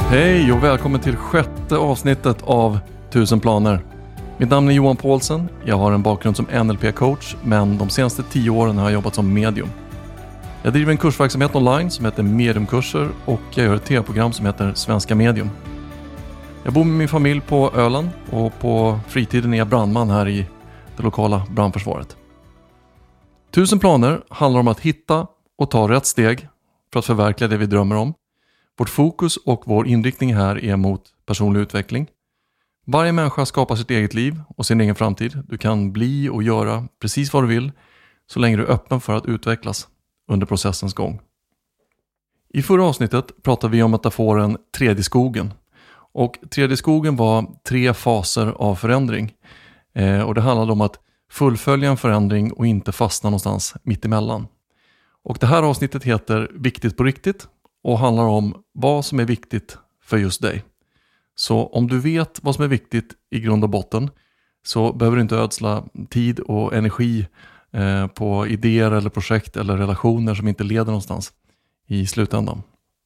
Hej och välkommen till 6:e avsnittet av 1000 planer. Mitt namn är Johan Paulsen. Jag har en bakgrund som NLP-coach, men de senaste 10 åren har jag jobbat som medium. Jag driver en kursverksamhet online som heter Mediumkurser och jag gör ett tv-program som heter Svenska Medium. Jag bor med min familj på Öland och på fritiden är jag brandman här i det lokala brandförsvaret. 1000 planer handlar om att hitta och ta rätt steg för att förverkliga det vi drömmer om. Vårt fokus och vår inriktning här är mot personlig utveckling. Varje människa skapar sitt eget liv och sin egen framtid. Du kan bli och göra precis vad du vill så länge du är öppen för att utvecklas under processens gång. I förra avsnittet pratade vi om metaforen tredje skogen. Och tredje skogen var 3 faser av förändring. Och det handlade om att fullfölja en förändring och inte fastna någonstans mitt emellan. Och det här avsnittet heter Viktigt på riktigt och handlar om vad som är viktigt för just dig. Så om du vet vad som är viktigt i grund och botten så behöver du inte ödsla tid och energi på idéer eller projekt eller relationer som inte leder någonstans i slutändan.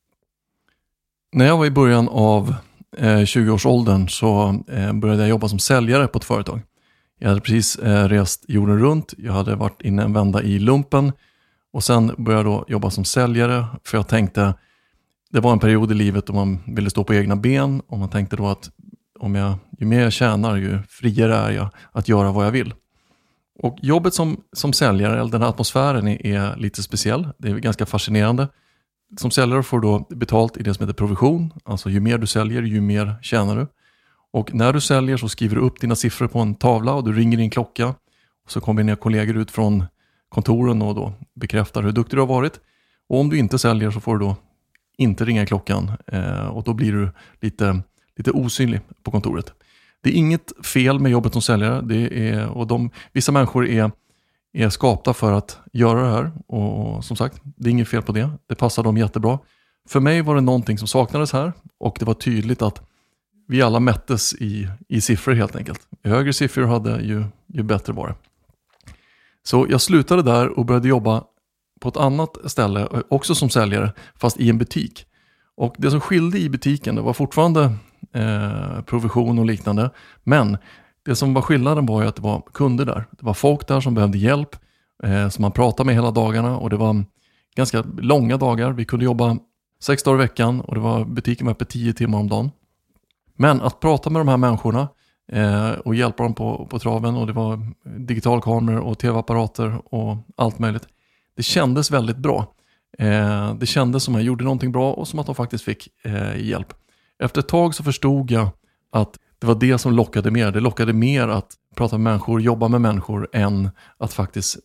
När jag var i början av 20-årsåldern så började jag jobba som säljare på ett företag. Jag hade precis rest jorden runt, jag hade varit inne en vända i lumpen och sen började jag då jobba som säljare för jag tänkte det var en period i livet då man ville stå på egna ben och man tänkte då att ju mer jag tjänar ju friare är jag att göra vad jag vill. Och jobbet som säljare, eller den här atmosfären är lite speciell, det är ganska fascinerande. Som säljare får du då betalt i det som heter provision, alltså ju mer du säljer ju mer tjänar du. Och när du säljer så skriver du upp dina siffror på en tavla och du ringer din klocka och så kommer dina kollegor ut från kontoren och då bekräftar hur duktig du har varit. Och om du inte säljer så får du då inte ringa klockan och då blir du lite osynlig på kontoret. Det är inget fel med jobbet som säljare. Vissa människor är skapta för att göra det här och som sagt, det är inget fel på det. Det passar dem jättebra. För mig var det någonting som saknades här och det var tydligt att vi alla mättes i siffror helt enkelt. Ju högre siffror hade ju bättre var det. Så jag slutade där och började jobba på ett annat ställe, också som säljare, fast i en butik. Och det som skilde i butiken, det var fortfarande provision och liknande. Men det som var skillnaden var ju att det var kunder där. Det var folk där som behövde hjälp, som man pratade med hela dagarna. Och det var ganska långa dagar. Vi kunde jobba 6 dagar i veckan och butiken var öppet 10 timmar om dagen. Men att prata med de här människorna och hjälpa dem på traven, och det var digitalkameror och tv-apparater och allt möjligt. Det kändes väldigt bra. Det kändes som att jag gjorde någonting bra och som att de faktiskt fick hjälp. Efter ett tag så förstod jag att det var det som lockade mer. Det lockade mer att prata med människor, jobba med människor än att faktiskt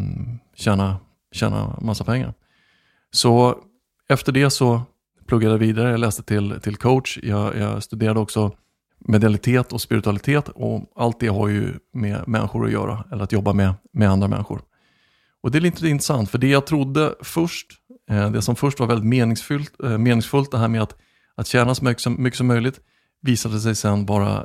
tjäna massa pengar. Så efter det så pluggade jag vidare. Jag läste till coach. Jag studerade också medialitet och spiritualitet och allt det har ju med människor att göra eller att jobba med andra människor. Och det är lite intressant för det jag trodde först, det som först var väldigt meningsfullt det här med att tjäna så mycket som möjligt visade sig sen vara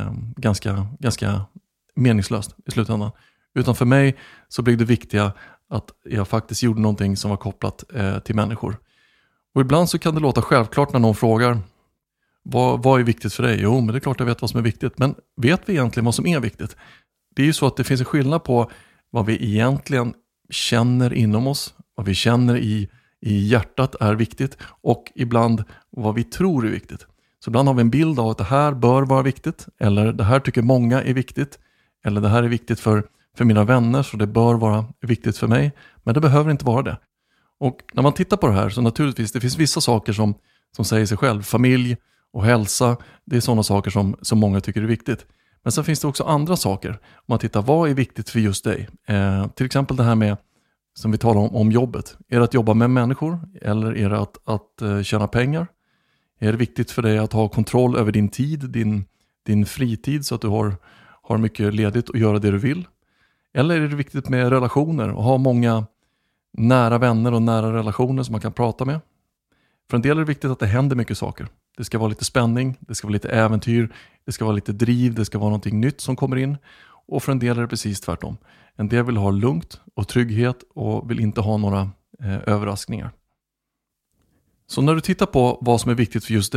ganska meningslöst i slutändan. Utan för mig så blev det viktiga att jag faktiskt gjorde någonting som var kopplat till människor. Och ibland så kan det låta självklart när någon frågar vad är viktigt för dig? Jo, men det är klart jag vet vad som är viktigt. Men vet vi egentligen vad som är viktigt? Det är ju så att det finns en skillnad på vad vi egentligen känner inom oss, vad vi känner i hjärtat är viktigt och ibland vad vi tror är viktigt. Så ibland har vi en bild av att det här bör vara viktigt eller det här tycker många är viktigt eller det här är viktigt för mina vänner så det bör vara viktigt för mig, men det behöver inte vara det. Och när man tittar på det här så naturligtvis det finns vissa saker som säger sig själv, familj och hälsa, det är sådana saker som många tycker är viktigt. Men sen finns det också andra saker. Om man tittar, vad är viktigt för just dig? Till exempel det här med, som vi talar om jobbet. Är det att jobba med människor? Eller är det att tjäna pengar? Är det viktigt för dig att ha kontroll över din tid, din fritid så att du har mycket ledigt och göra det du vill? Eller är det viktigt med relationer och ha många nära vänner och nära relationer som man kan prata med? För en del är det viktigt att det händer mycket saker. Det ska vara lite spänning, det ska vara lite äventyr, det ska vara lite driv, det ska vara någonting nytt som kommer in. Och för en del är det precis tvärtom. En del vill ha lugnt och trygghet och vill inte ha några överraskningar. Så när du tittar på vad som är viktigt för just dig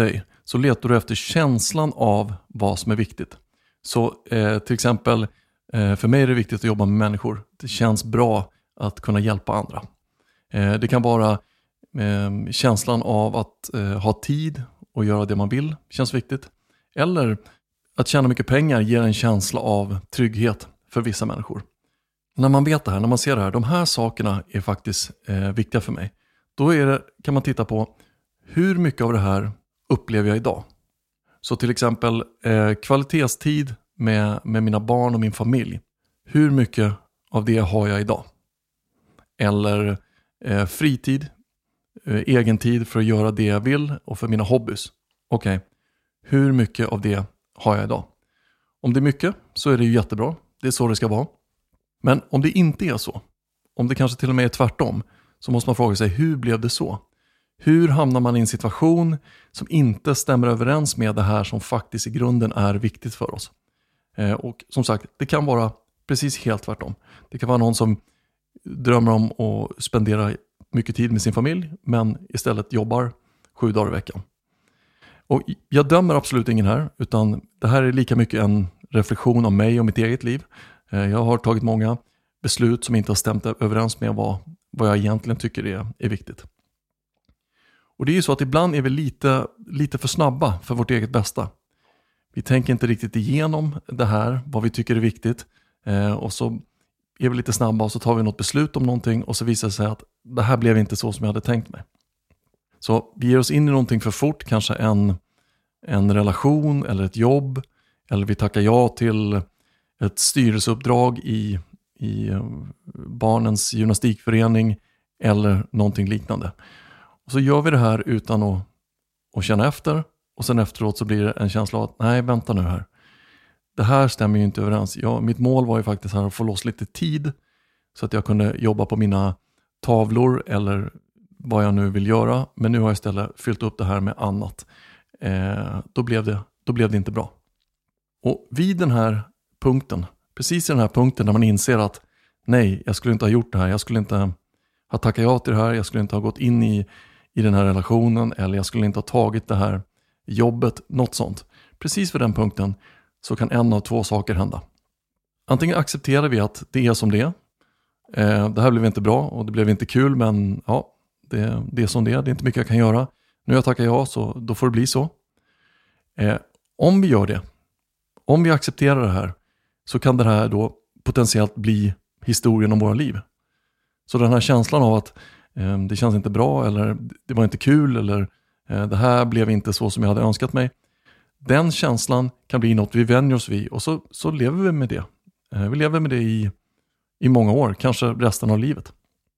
så letar du efter känslan av vad som är viktigt. Så till exempel, för mig är det viktigt att jobba med människor. Det känns bra att kunna hjälpa andra. Det kan vara känslan av att ha tid och göra det man vill, känns viktigt. Eller att tjäna mycket pengar ger en känsla av trygghet för vissa människor. När man vet det här, när man ser det här, de här sakerna är faktiskt viktiga för mig. Då kan man titta på hur mycket av det här upplever jag idag. Så till exempel kvalitetstid med mina barn och min familj. Hur mycket av det har jag idag? Eller fritid, egen tid för att göra det jag vill och för mina hobbys. Okej, hur mycket av det har jag idag? Om det är mycket så är det ju jättebra. Det är så det ska vara. Men om det inte är så, om det kanske till och med är tvärtom, så måste man fråga sig, hur blev det så? Hur hamnar man i en situation som inte stämmer överens med det här som faktiskt i grunden är viktigt för oss? Och som sagt, det kan vara precis helt tvärtom. Det kan vara någon som drömmer om att spendera mycket tid med sin familj, men istället jobbar 7 dagar i veckan. Och jag dömer absolut ingen här, utan det här är lika mycket en reflektion om mig och mitt eget liv. Jag har tagit många beslut som inte har stämt överens med vad jag egentligen tycker är viktigt. Och det är ju så att ibland är vi lite för snabba för vårt eget bästa. Vi tänker inte riktigt igenom det här, vad vi tycker är viktigt. Och så är vi lite snabba och så tar vi något beslut om någonting och så visar det sig att det här blev inte så som jag hade tänkt mig. Så vi ger oss in i någonting för fort, kanske en relation eller ett jobb, eller vi tackar ja till ett styrelseuppdrag i barnens gymnastikförening eller någonting liknande. Och så gör vi det här utan att känna efter, och sen efteråt så blir det en känsla av att nej, vänta nu här. Det här stämmer ju inte överens. Mitt mål var ju faktiskt här att få loss lite tid så att jag kunde jobba på mina tavlor eller vad jag nu vill göra. Men nu har jag istället fyllt upp det här med annat. Då blev det inte bra. Och vid den här punkten, precis i den här punkten där man inser att nej, jag skulle inte ha gjort det här. Jag skulle inte ha tackat ja till det här. Jag skulle inte ha gått in i den här relationen, eller jag skulle inte ha tagit det här jobbet, något sånt. Precis vid den punkten så kan en av 2 saker hända. Antingen accepterar vi att det är som det är. Det här blev inte bra och det blev inte kul, men ja, det är som det är. Det är inte mycket jag kan göra. Nu har jag tackat ja, så då får det bli så. Om vi gör det, om vi accepterar det här, så kan det här då potentiellt bli historien om våra liv. Så den här känslan av att det känns inte bra, eller det var inte kul, eller det här blev inte så som jag hade önskat mig. Den känslan kan bli något vi vänjer oss vid, och så lever vi med det. Vi lever med det i många år, kanske resten av livet.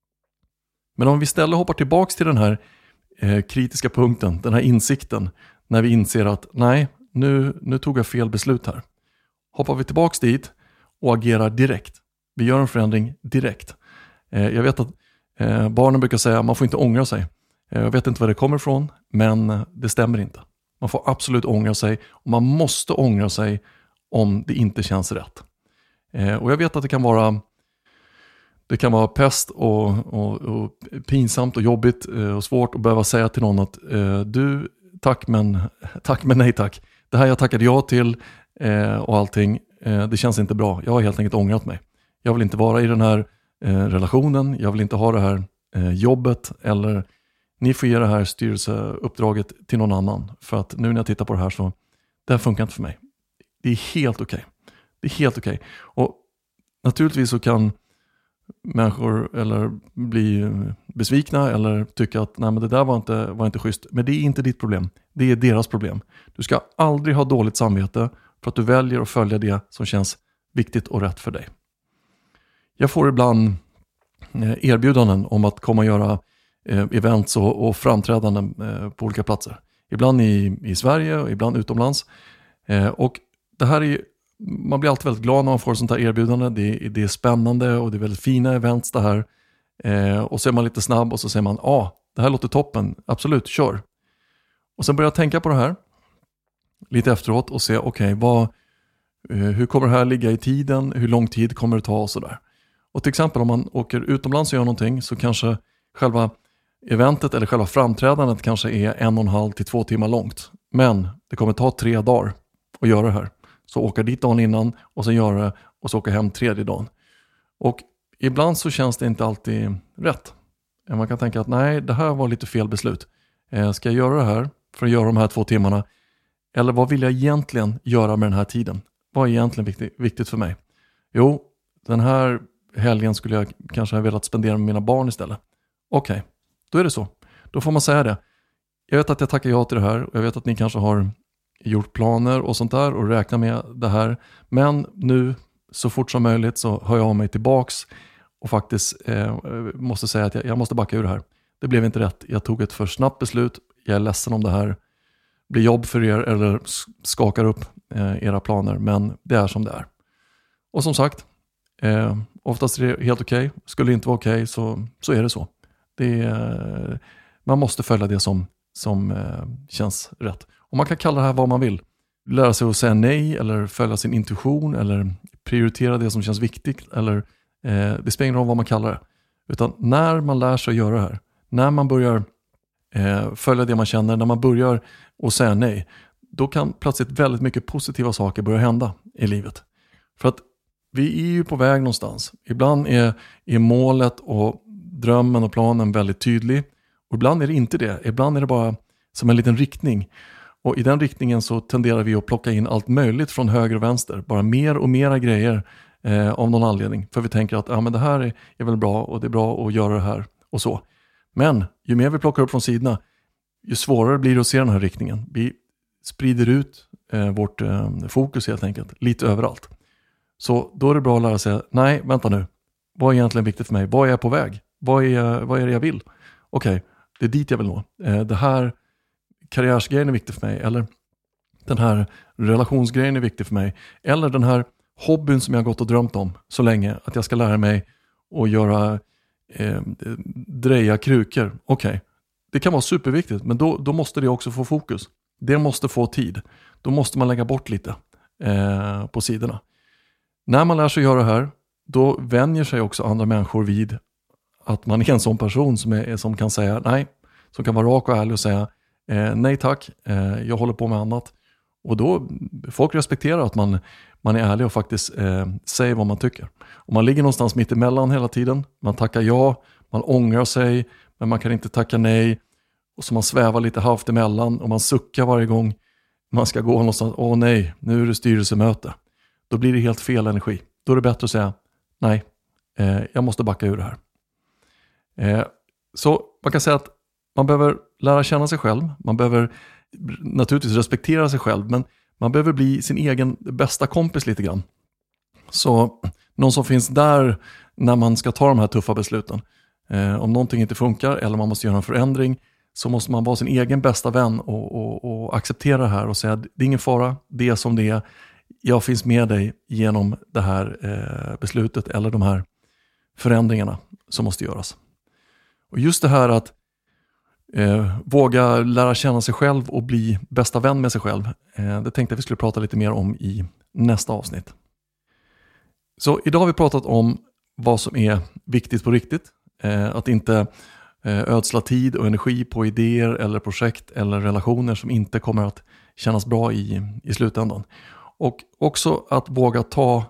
Men om vi istället hoppar tillbaks till den här kritiska punkten, den här insikten, när vi inser att nej, nu tog jag fel beslut här. Hoppar vi tillbaks dit och agerar direkt. Vi gör en förändring direkt. Jag vet att barnen brukar säga att man får inte ångra sig. Jag vet inte var det kommer ifrån, men det stämmer inte. Man får absolut ångra sig, och man måste ångra sig om det inte känns rätt. Och jag vet att det kan vara pest och pinsamt och jobbigt och svårt att behöva säga till någon att du, tack men nej tack. Det här jag tackade ja till och allting, det känns inte bra. Jag har helt enkelt ångrat mig. Jag vill inte vara i den här relationen, jag vill inte ha det här jobbet, eller ni får ge det här styrelseuppdraget till någon annan. För att nu när jag tittar på det här så, det här funkar inte för mig. Det är helt okej. Det är helt okej. Och naturligtvis så kan människor eller bli besvikna eller tycka att nej, men det där var inte schysst. Men det är inte ditt problem. Det är deras problem. Du ska aldrig ha dåligt samvete för att du väljer att följa det som känns viktigt och rätt för dig. Jag får ibland erbjudanden om att komma och göra events och framträdanden på olika platser. Ibland i Sverige och ibland utomlands. Och det här är, man blir alltid väldigt glad när man får sånt här erbjudande. Det är spännande och det är väldigt fina events det här. Och så är man lite snabb och så säger man, det här låter toppen, absolut, kör. Och sen börjar jag tänka på det här lite efteråt och se, hur kommer det här ligga i tiden? Hur lång tid kommer det ta och sådär. Och till exempel om man åker utomlands och gör någonting, så kanske själva eventet eller själva framträdandet kanske är 1,5 till 2 timmar långt. Men det kommer ta 3 dagar att göra det här. Så åka dit dagen innan och sen göra det och så åka hem 3:e dagen. Och ibland så känns det inte alltid rätt. Man kan tänka att nej, det här var lite fel beslut. Ska jag göra det här för att göra de här 2 timmarna? Eller vad vill jag egentligen göra med den här tiden? Vad är egentligen viktigt för mig? Jo, den här helgen skulle jag kanske ha velat spendera med mina barn istället. Okej, då är det så. Då får man säga det. Jag vet att jag tackar ja till det här och jag vet att ni kanske har gjort planer och sånt där och räknar med det här. Men nu så fort som möjligt så hör jag av mig tillbaks och faktiskt måste säga att jag måste backa ur det här. Det blev inte rätt. Jag tog ett för snabbt beslut. Jag är ledsen om det här blir jobb för er eller skakar upp era planer, men det är som det är. Och som sagt, oftast är det helt okej. Skulle det inte vara okej så är det så. Man måste följa det som känns rätt. Och man kan kalla det här vad man vill. Lära sig att säga nej eller följa sin intuition eller prioritera det som känns viktigt. Eller, det spelar ingen roll vad man kallar det. Utan när man lär sig att göra det här, när man börjar följa det man känner, när man börjar att säga nej, då kan plötsligt väldigt mycket positiva saker börja hända i livet. För att vi är ju på väg någonstans. Ibland är målet och drömmen och planen väldigt tydlig. Och ibland är det inte det. Ibland är det bara som en liten riktning. Och i den riktningen så tenderar vi att plocka in allt möjligt från höger och vänster. Bara mer och mera grejer av någon anledning. För vi tänker att men det här är väl bra och det är bra att göra det här och så. Men ju mer vi plockar upp från sidorna, ju svårare blir det att se den här riktningen. Vi sprider ut vårt fokus helt enkelt, lite överallt. Så då är det bra att lära sig, nej, vänta nu. Vad är egentligen viktigt för mig? Vad är jag på väg? Vad är det jag vill? Okej, det är dit jag vill nå. Det här karriärsgrejen är viktig för mig. Eller den här relationsgrejen är viktig för mig. Eller den här hobbyn som jag har gått och drömt om så länge. Att jag ska lära mig att göra dreja krukor. Okej, det kan vara superviktigt. Men då måste det också få fokus. Det måste få tid. Då måste man lägga bort lite på sidorna. När man lär sig göra det här, då vänjer sig också andra människor vid att man är en sån person som kan säga nej, som kan vara rak och ärlig och säga nej tack, jag håller på med annat. Och då, folk respekterar att man är ärlig och faktiskt säger vad man tycker. Och man ligger någonstans mitt emellan hela tiden, man tackar ja, man ångrar sig, men man kan inte tacka nej. Och så man svävar lite halvt emellan och man suckar varje gång man ska gå någonstans. Nej, nu är det styrelsemöte. Då blir det helt fel energi. Då är det bättre att säga nej, jag måste backa ur det här. Så man kan säga att man behöver lära känna sig själv. Man behöver naturligtvis respektera sig själv. Men man behöver bli sin egen bästa kompis lite grann. Så någon som finns där när man ska ta de här tuffa besluten. Om någonting inte funkar eller man måste göra en förändring, så måste man vara sin egen bästa vän och acceptera det här och säga att det är ingen fara, det är som det är. Jag finns med dig genom det här beslutet eller de här förändringarna som måste göras. Och just det här att våga lära känna sig själv och bli bästa vän med sig själv, det tänkte jag vi skulle prata lite mer om i nästa avsnitt. Så idag har vi pratat om vad som är viktigt på riktigt. Att inte ödsla tid och energi på idéer eller projekt eller relationer som inte kommer att kännas bra i slutändan. Och också att våga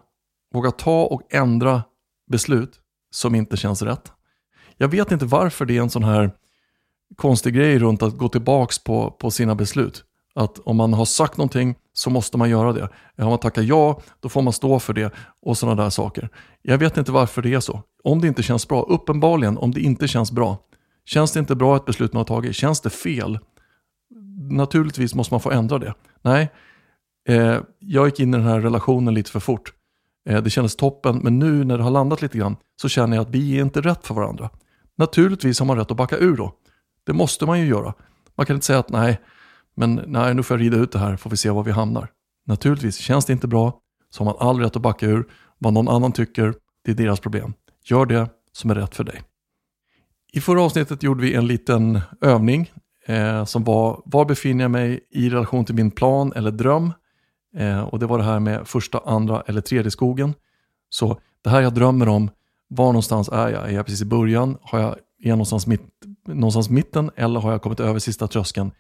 ta och ändra beslut som inte känns rätt. Jag vet inte varför det är en sån här konstig grej runt att gå tillbaks på sina beslut. Att om man har sagt någonting så måste man göra det. Om man tackar ja, då får man stå för det och sådana där saker. Jag vet inte varför det är så. Om det inte känns bra, uppenbarligen om det inte känns bra. Känns det inte bra ett beslut man har tagit? Känns det fel? Naturligtvis måste man få ändra det. Nej, jag gick in i den här relationen lite för fort. Det kändes toppen, men nu när det har landat lite grann så känner jag att vi är inte rätt för varandra. Naturligtvis har man rätt att backa ur då. Det måste man ju göra. Man kan inte säga att nej, nu får jag rida ut det här, får vi se var vi hamnar. Naturligtvis, känns det inte bra så har man all rätt att backa ur. Vad någon annan tycker, det är deras problem. Gör det som är rätt för dig. I förra avsnittet gjorde vi en liten övning som var befinner jag mig i relation till min plan eller dröm. Och det var det här med första, andra eller tredje skogen. Så det här jag drömmer om, var någonstans är jag? Är jag precis i början? Är jag någonstans mitten eller har jag kommit över sista tröskeln?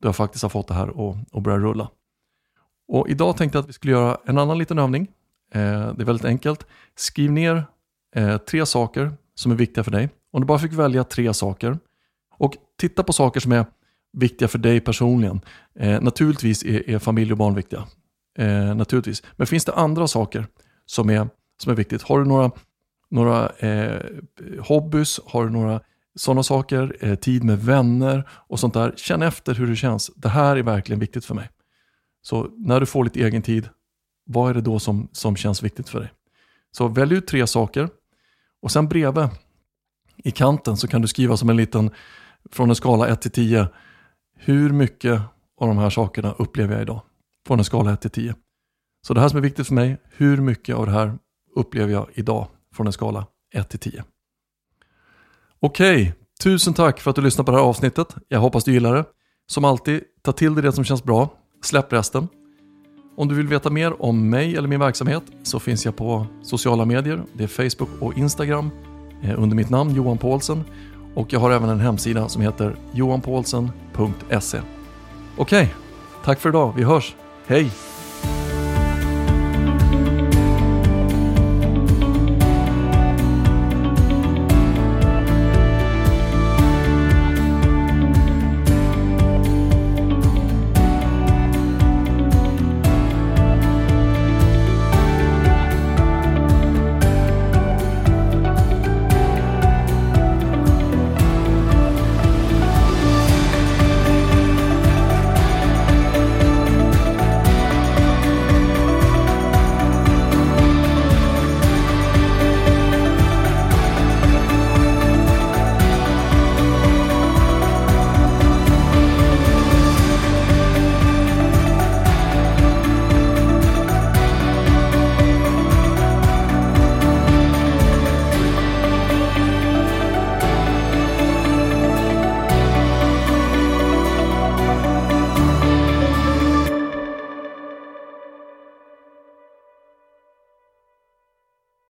du faktiskt har fått det här och börja rulla. Och idag tänkte jag att vi skulle göra en annan liten övning. Det är väldigt enkelt. Skriv ner 3 saker som är viktiga för dig. Om du bara fick välja 3 saker. Och titta på saker som är viktiga för dig personligen. Naturligtvis är familj och barn viktiga. Naturligtvis. Men finns det andra saker som är viktigt? Har du några hobbys? Har du några sådana saker? Tid med vänner och sånt där. Känn efter hur det känns. Det här är verkligen viktigt för mig. Så när du får lite egen tid, vad är det då som känns viktigt för dig? Så välj ut 3 saker. Och sen bredvid i kanten så kan du skriva som en liten, från en skala 1 till 10. Hur mycket av de här sakerna upplever jag idag? Från en skala 1 till 10. Så det här som är viktigt för mig, hur mycket av det här upplever jag idag? Från en skala 1 till 10. Okej, tusen tack för att du lyssnade på det här avsnittet. Jag hoppas du gillar det. Som alltid, ta till dig det som känns bra. Släpp resten. Om du vill veta mer om mig eller min verksamhet så finns jag på sociala medier. Det är Facebook och Instagram under mitt namn Johan Paulsen. Och jag har även en hemsida som heter johanpaulsen.se. Okej, tack för idag. Vi hörs. Hej!